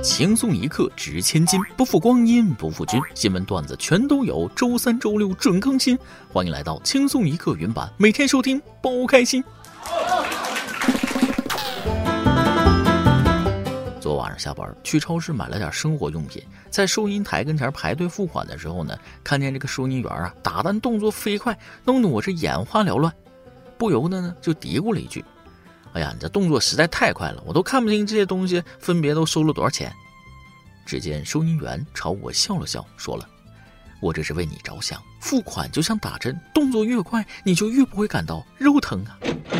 轻松一刻值千金，不负光阴不负君。新闻段子全都有，周三周六准更新。欢迎来到轻松一刻云版，每天收听包开心。昨晚上下班去超市买了点生活用品，在收银台跟前排队付款的时候呢，看见这个收银员打单动作飞快，弄得我是眼花缭乱，不由得呢就嘀咕了一句：哎呀，你这动作实在太快了，我都看不清这些东西分别都收了多少钱。只见收银员朝我笑了笑，说了：我这是为你着想，付款就像打针，动作越快你就越不会感到肉疼啊。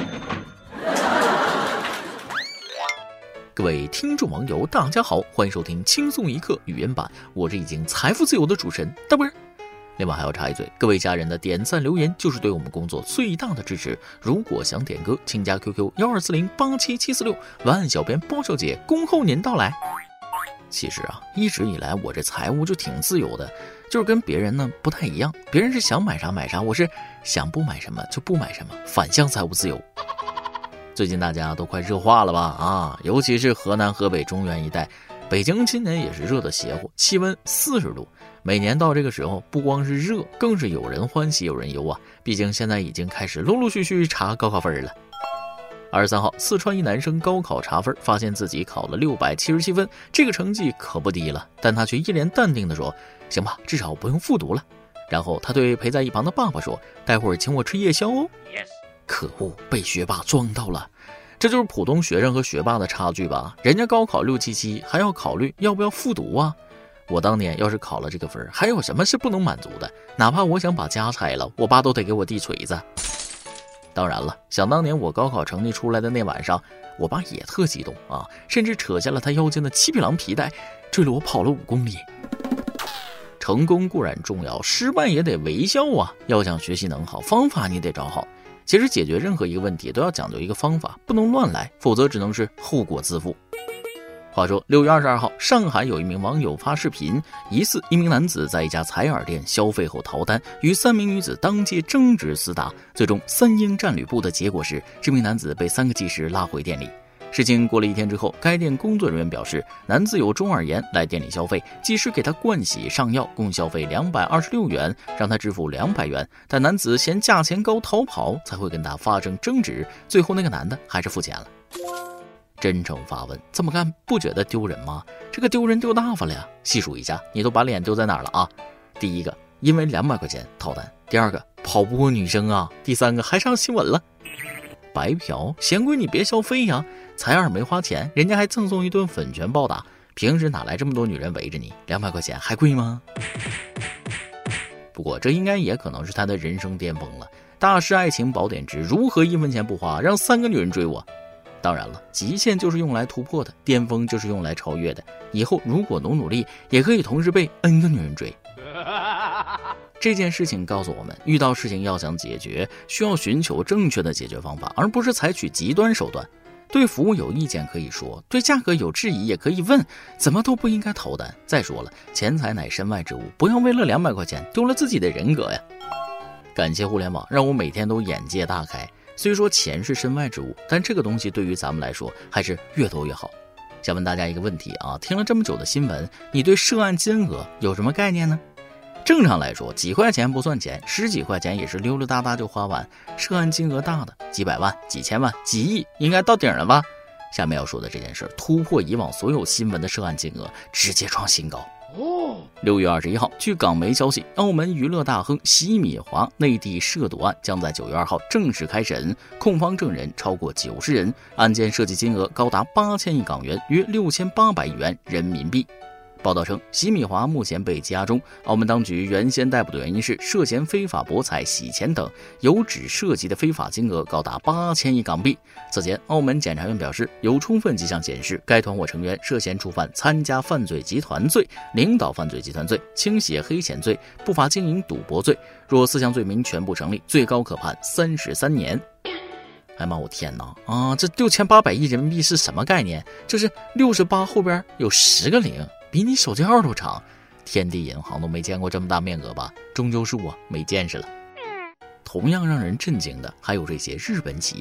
各位听众网友大家好，欢迎收听轻松一刻语言版，我是已经财富自由的主持人大波儿。另外还要插一嘴，各位家人的点赞留言就是对我们工作最大的支持，如果想点歌请加 QQ 124087746，万小编包小姐恭候您到来。其实一直以来我这财务就挺自由的，就是跟别人呢不太一样，别人是想买啥买啥，我是想不买什么就不买什么，反向财务自由。最近大家都快热化了吧尤其是河南河北中原一带，北京今年也是热得邪乎，气温40度。每年到这个时候不光是热，更是有人欢喜有人忧毕竟现在已经开始陆陆续续查高考分了。23号，四川一男生高考查分，发现自己考了677分，这个成绩可不低了，但他却一脸淡定地说：行吧，至少不用复读了。然后他对陪在一旁的爸爸说：待会儿请我吃夜宵哦。可恶，被学霸撞到了。这就是普通学生和学霸的差距吧？人家高考677还要考虑要不要复读我当年要是考了这个分，还有什么是不能满足的？哪怕我想把家拆了，我爸都得给我递锤子。当然了，想当年我高考成绩出来的那晚上，我爸也特激动甚至扯下了他腰间的7匹狼皮带，追了我跑了5公里。成功固然重要，失败也得微笑要想学习能好，方法你得找好。其实解决任何一个问题都要讲究一个方法，不能乱来，否则只能是后果自负。话说6月22号，上海有一名网友发视频，疑似一名男子在一家采耳店消费后逃单，与3名女子当街争执厮打，最终3英战吕布的结果是，这名男子被3个技师拉回店里。事情过了1天之后，该店工作人员表示，男子有中耳炎来店里消费，技师给他灌洗上药，共消费226元，让他支付200元，但男子嫌价钱高逃跑，才会跟他发生争执，最后那个男的还是付钱了。真诚发问，这么干不觉得丢人吗？这个丢人丢大发了呀！细数一下，你都把脸丢在哪儿了第一个，因为200块钱逃单；第二个，跑不过女生第三个，还上新闻了。白嫖，嫌贵你别消费采耳没花钱，人家还赠送一顿粉拳暴打，平时哪来这么多女人围着你？200块钱还贵吗？不过这应该也可能是他的人生巅峰了。大师爱情宝典之如何1分钱不花让3个女人追我。当然了，极限就是用来突破的，巅峰就是用来超越的。以后如果努力，也可以同时被 N 个女人追。这件事情告诉我们，遇到事情要想解决，需要寻求正确的解决方法，而不是采取极端手段。对服务有意见可以说，对价格有质疑也可以问，怎么都不应该逃单。再说了，钱财乃身外之物，不要为了200块钱丢了自己的人格呀。感谢互联网，让我每天都眼界大开。虽说钱是身外之物，但这个东西对于咱们来说还是越多越好。想问大家一个问题听了这么久的新闻，你对涉案金额有什么概念呢？正常来说，几块钱不算钱，10几块钱也是溜溜达达就花完。涉案金额大的，几百万、几千万、几亿，应该到顶了吧？下面要说的这件事突破以往所有新闻的涉案金额，直接创新高。6月21号，据港媒消息，澳门娱乐大亨席米华内地涉赌案将在9月2号正式开审，控方证人超过90人，案件涉及金额高达8000亿港元，约6800亿元人民币。报道称，席米华目前被羁押中，澳门当局原先逮捕的原因是涉嫌非法博彩、洗钱等，有指涉及的非法金额高达8000亿港币。此前，澳门检察院表示，有充分迹象显示，该团伙成员涉嫌触犯参加犯罪集团罪、领导犯罪集团罪、倾斜黑钱罪、不法经营赌博罪，若4项罪名全部成立，最高可判33年。哎妈，我天哪这6800亿人民币是什么概念？就是68后边有10个零。比你手机号都长，天地银行都没见过这么大面额吧？终究是我没见识了。同样让人震惊的还有这些日本企业，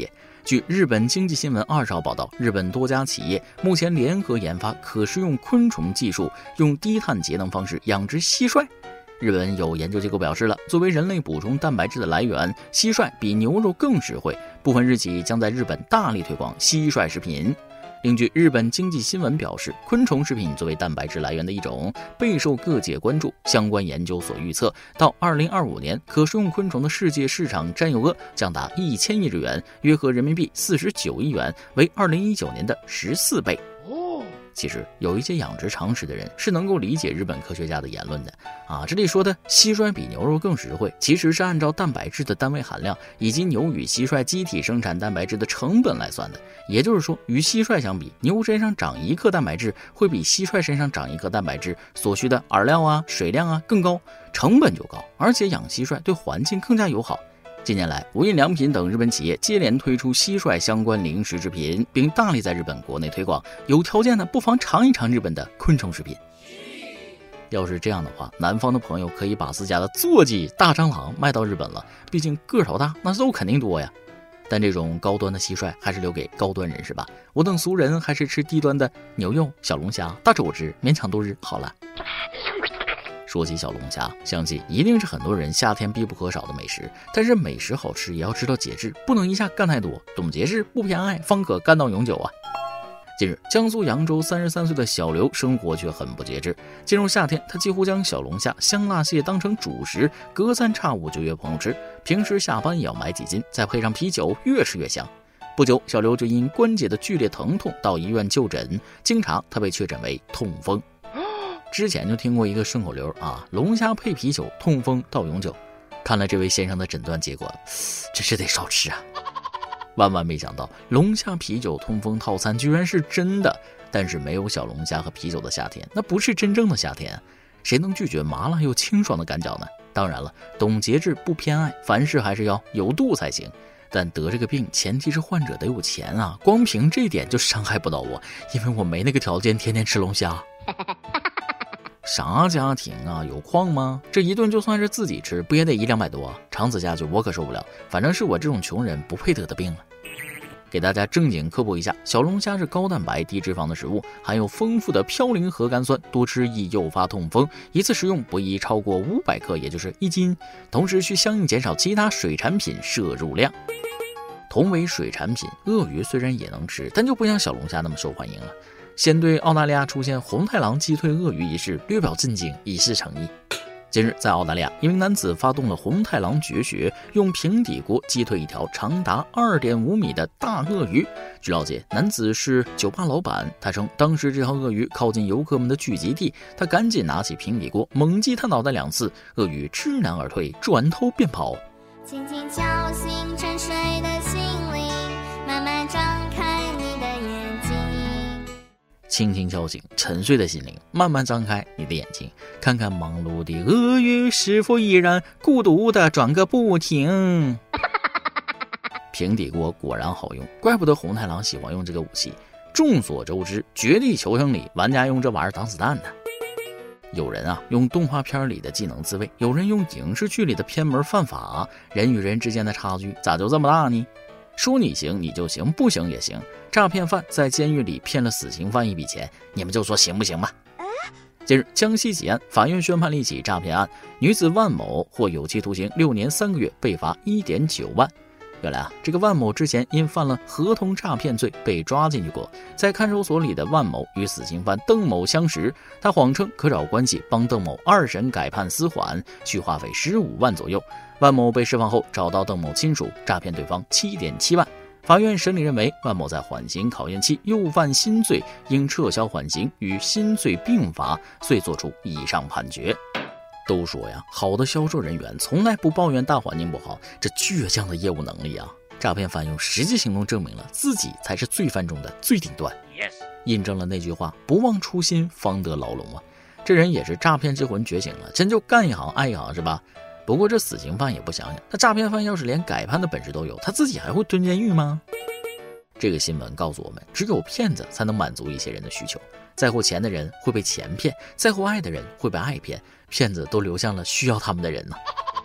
据日本经济新闻20号报道，日本多家企业目前联合研发可食用昆虫技术，用低碳节能方式养殖蟋蟀。日本有研究机构表示了，作为人类补充蛋白质的来源，蟋蟀比牛肉更实惠。部分日企将在日本大力推广蟋蟀食品。另据日本经济新闻表示，昆虫食品作为蛋白质来源的一种，备受各界关注。相关研究所预测，到2025年，可食用昆虫的世界市场占有额将达1000亿日元，约合人民币49亿元，为2019年的14倍。其实有一些养殖常识的人是能够理解日本科学家的言论的这里说的蟋蟀比牛肉更实惠，其实是按照蛋白质的单位含量以及牛与蟋蟀机体生产蛋白质的成本来算的。也就是说，与蟋蟀相比，牛身上长1克蛋白质会比蟋蟀身上长1克蛋白质所需的饵料水量更高，成本就高，而且养蟋蟀对环境更加友好。近年来，无印良品等日本企业接连推出蟋蟀相关零食制品，并大力在日本国内推广。有条件的不妨尝一尝日本的昆虫食品。要是这样的话，南方的朋友可以把自家的坐骑大蟑螂卖到日本了，毕竟个头大，那肉肯定多呀。但这种高端的蟋蟀还是留给高端人士吧，我等俗人还是吃低端的牛肉、小龙虾、大肘子勉强度日好了。说起小龙虾，相信一定是很多人夏天必不可少的美食，但是美食好吃也要知道节制，不能一下干太多，懂节制不偏爱，方可干到永久啊。近日，江苏扬州33岁的小刘生活却很不节制。进入夏天，他几乎将小龙虾、香辣蟹当成主食，隔三差五就约朋友吃，平时下班也要买几斤，再配上啤酒，越吃越香。不久，小刘就因关节的剧烈疼痛到医院就诊，经查他被确诊为痛风。之前就听过一个顺口溜龙虾配啤酒，痛风到永久。看了这位先生的诊断结果，真是得少吃啊。万万没想到，龙虾啤酒痛风套餐居然是真的，但是没有小龙虾和啤酒的夏天，那不是真正的夏天。谁能拒绝麻辣又清爽的感觉呢？当然了，懂节制不偏爱，凡事还是要有度才行。但得这个病前提是患者得有钱光凭这点就伤害不到我，因为我没那个条件天天吃龙虾。啥家庭有矿吗？这一顿就算是自己吃，不也得100-200多？长此下去我可受不了，反正是我这种穷人不配得的病了。给大家正经科普一下，小龙虾是高蛋白低脂肪的食物，含有丰富的嘌呤核苷酸，多吃易诱发痛风，一次食用不宜超过500克，也就是1斤，同时需相应减少其他水产品摄入量。同为水产品，鳄鱼虽然也能吃，但就不像小龙虾那么受欢迎了。先对澳大利亚出现红太狼击退鳄鱼一事略表震惊，以示诚意。近日，在澳大利亚，一名男子发动了红太狼绝学，用平底锅击退一条长达2.5米的大鳄鱼。据了解，男子是酒吧老板，他称当时这条鳄鱼靠近游客们的聚集地，他赶紧拿起平底锅猛击他脑袋2次，鳄鱼知难而退，转头便跑。 轻轻敲醒沉睡的心灵，慢慢张开你的眼睛。 轻轻敲醒沉睡的心灵，慢慢张开你的眼睛，看看忙碌的鳄鱼是否依然孤独的转个不停。平底锅果然好用，怪不得红太狼喜欢用这个武器。众所周知，绝地求生里玩家用这玩意儿挡子弹呢。有人用动画片里的技能自卫，有人用影视剧里的偏门犯法，人与人之间的差距咋就这么大呢？说你行你就行，不行也行。诈骗犯在监狱里骗了死刑犯一笔钱，你们就说行不行吧？近日，江西济安法院宣判了一起诈骗案，女子万某获有期徒刑6年3个月，被罚1.9万。原来这个万某之前因犯了合同诈骗罪被抓进去过。在看守所里的万某与死刑犯邓某相识，他谎称可找关系帮邓某2审改判私缓，需花费15万左右。万某被释放后找到邓某亲属，诈骗对方7.7万。法院审理认为，万某在缓刑考验期又犯新罪，应撤销缓刑，与新罪并罚，遂作出以上判决。都说好的销售人员从来不抱怨大环境不好，这倔强的业务能力诈骗犯用实际行动证明了自己才是罪犯中的最顶端，印证了那句话，不忘初心方得牢笼这人也是诈骗之魂觉醒了，真就干一行爱一行是吧？不过这死刑犯也不想想，他诈骗犯要是连改判的本事都有，他自己还会蹲监狱吗？这个新闻告诉我们，只有骗子才能满足一些人的需求，在乎钱的人会被钱骗，在乎爱的人会被爱骗，骗子都流向了需要他们的人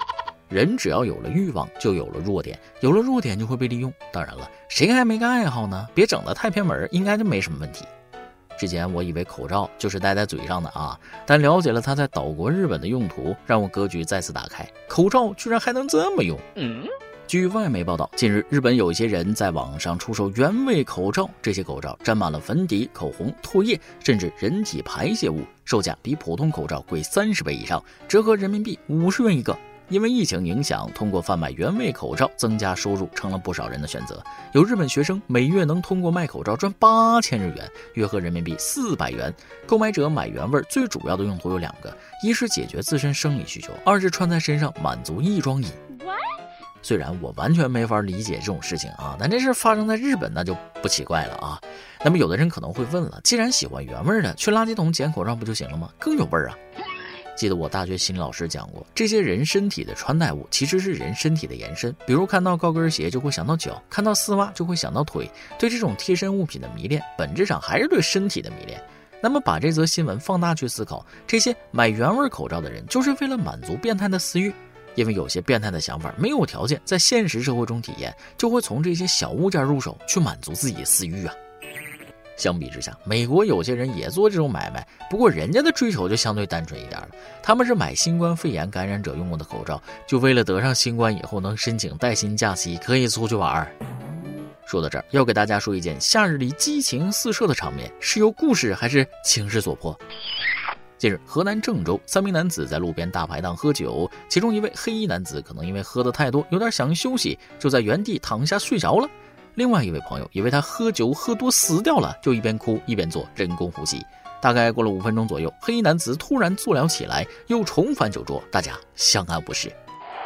人只要有了欲望，就有了弱点，有了弱点就会被利用。当然了，谁还没个爱好呢？别整得太偏门，应该就没什么问题。之前我以为口罩就是戴在嘴上的啊，但了解了它在岛国日本的用途，让我格局再次打开，口罩居然还能这么用。据外媒报道，近日日本有一些人在网上出售原味口罩，这些口罩沾满了粉底、口红、唾液，甚至人体排泄物，售价比普通口罩贵30倍以上，折合人民币50元一个。因为疫情影响，通过贩卖原味口罩增加收入成了不少人的选择。有日本学生每月能通过卖口罩赚8000日元，约合人民币400元。购买者买原味最主要的用途有2个，一是解决自身生理需求，二是穿在身上满足异装瘾。虽然我完全没法理解这种事情啊，但这事发生在日本那就不奇怪了啊。那么有的人可能会问了，既然喜欢原味的，去垃圾桶捡口罩不就行了吗？更有味儿啊。记得我大学心理老师讲过，这些人身体的穿戴物其实是人身体的延伸，比如看到高跟鞋就会想到脚，看到丝袜就会想到腿。对这种贴身物品的迷恋，本质上还是对身体的迷恋。那么把这则新闻放大去思考，这些买原味口罩的人就是为了满足变态的私欲，因为有些变态的想法没有条件在现实社会中体验，就会从这些小物件入手去满足自己的私欲啊。相比之下，美国有些人也做这种买卖，不过人家的追求就相对单纯一点了。他们是买新冠肺炎感染者用过的口罩，就为了得上新冠以后能申请带薪假期，可以出去玩。说到这儿，要给大家说一件夏日里激情四射的场面，是由故事还是情势所迫？近日，河南郑州3名男子在路边大排档喝酒，其中一位黑衣男子可能因为喝得太多，有点想休息，就在原地躺下睡着了。另外一位朋友以为他喝酒喝多死掉了，就一边哭一边做人工呼吸。大概过了5分钟左右，黑衣男子突然坐了起来，又重返酒桌，大家相安无事。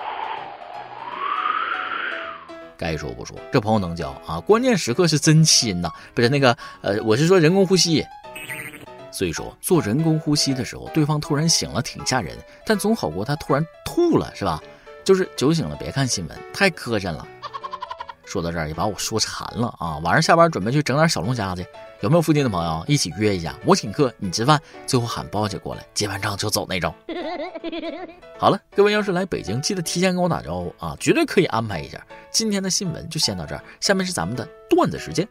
该说不说，这朋友能交啊，关键时刻是真亲呐，不是那个我是说人工呼吸。虽说做人工呼吸的时候对方突然醒了挺吓人，但总好过他突然吐了是吧？就是酒醒了别看新闻，太磕碜了。说到这儿也把我说馋了啊！晚上下班准备去整点小龙虾去，有没有附近的朋友一起约一下？我请客，你吃饭，最后喊包姐过来，结完账就走那种。好了，各位要是来北京，记得提前跟我打招呼啊，绝对可以安排一下。今天的新闻就先到这儿，下面是咱们的段子时间。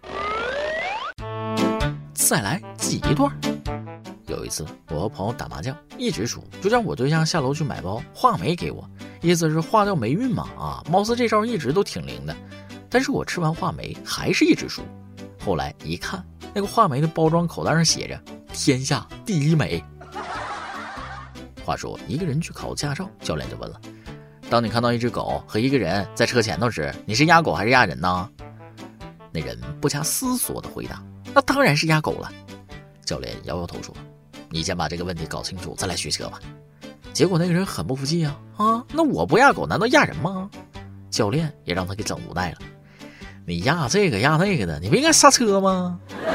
再来记一段。有一次我和朋友打麻将一直输，就让我对象下楼去买包话梅给我，意思是化掉霉运嘛啊，貌似这招一直都挺灵的。但是我吃完话梅还是一直输，后来一看，那个话梅的包装口袋上写着天下第一美。话说一个人去考驾照，教练就问了，当你看到一只狗和一个人在车前头时，你是压狗还是压人呢？那人不假思索地回答，那当然是压狗了。教练摇摇头说，你先把这个问题搞清楚再来学车吧。结果那个人很不服气啊，那我不压狗难道压人吗？教练也让他给整无奈了，你压这个压那个的，你不应该刹车吗？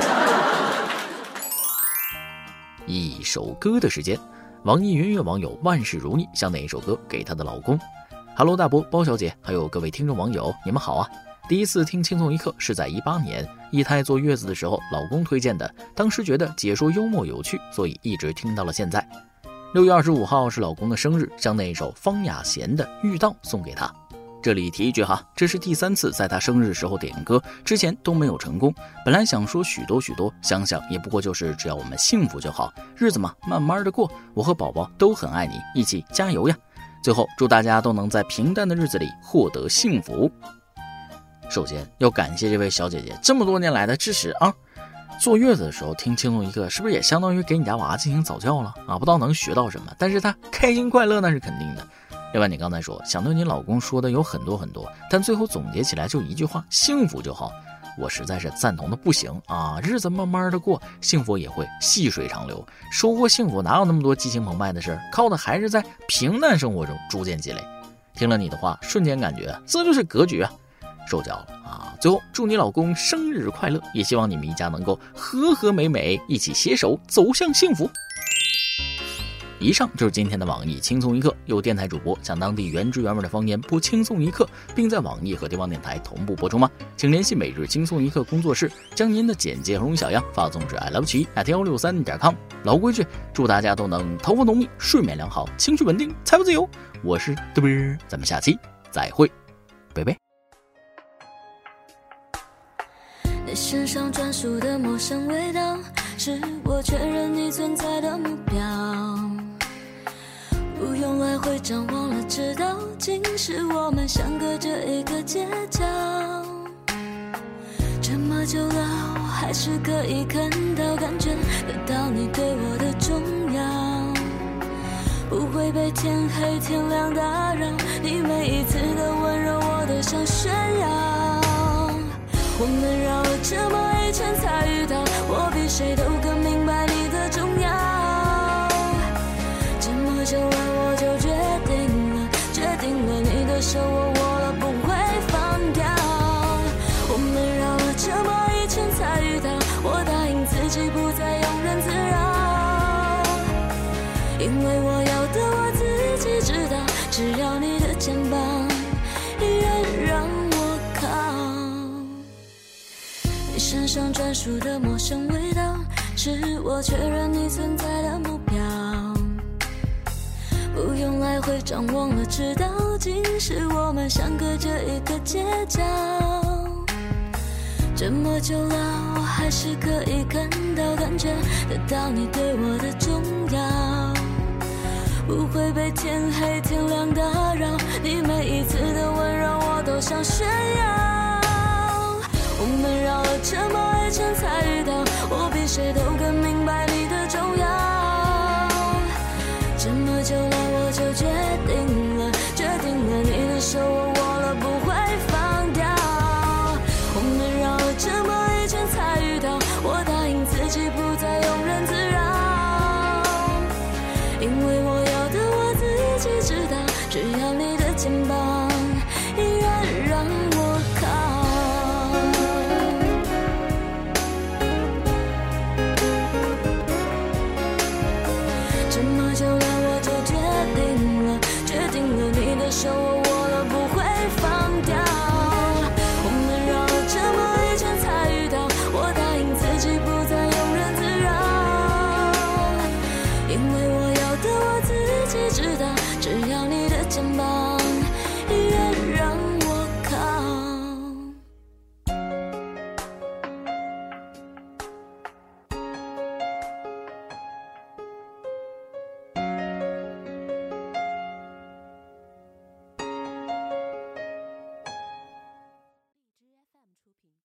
一首歌的时间，网易云音乐网友万事如意向哪一首歌给她的老公。Hello 大波、包小姐还有各位听众网友，你们好啊！第一次听轻松一刻是在18年一胎坐月子的时候老公推荐的，当时觉得解说幽默有趣，所以一直听到了现在。6月25号是老公的生日，将那一首方雅贤的《遇到》送给他。这里提一句哈，这是第3次在他生日时候点歌，之前都没有成功。本来想说许多许多，想想也不过就是只要我们幸福就好，日子嘛慢慢的过，我和宝宝都很爱你，一起加油呀！最后祝大家都能在平淡的日子里获得幸福。首先要感谢这位小姐姐这么多年来的支持啊！坐月子的时候听轻松一刻，是不是也相当于给你家娃进行早教了啊？不知道能学到什么，但是他开心快乐那是肯定的。另外你刚才说想对你老公说的有很多很多，但最后总结起来就一句话，幸福就好。我实在是赞同的不行啊！日子慢慢的过，幸福也会细水长流。收获幸福哪有那么多激情澎湃的事，靠的还是在平淡生活中逐渐积累。听了你的话，瞬间感觉这就是格局啊！受教了啊！最后祝你老公生日快乐，也希望你们一家能够和和美美，一起携手走向幸福。 以上就是今天的网易轻松一刻，有电台主播将当地原汁原味的方言播轻松一刻，并在网易和地方电台同步播出吗？请联系每日轻松一刻工作室，将您的简介和录音小样发送至 iLoveChi@163.com。老规矩，祝大家都能头发浓密，睡眠良好，情绪稳定，财富自由。我是嘚啵，咱们下期再会，拜拜。 你身上专属的陌生味道，是我确认你存在的目标。不用来回张望了，知道竟是我们相隔着一个街角。这么久了，我还是可以看到，感觉得到你对我的重要。不会被天黑天亮打扰，你每一次的温柔我都想炫耀。我们绕了这么一圈才遇到，我比谁都更明白你的重要。这么久了我就决定了你的手我握了不会放掉。我们绕了这么一圈才遇到，我答应自己不再庸人自扰，因为我要的我自己知道，只要你的肩膀依然让我靠。你身上专属的陌生味道，是我确认你存在的目标。不用来回张望了，知道竟是我们相隔着一个街角。这么久了，我还是可以看到，感觉得到你对我的重要。不会被天黑天亮打扰，你每一次的温柔我都想炫耀。我们绕了这么一圈才遇到，我比谁都更明白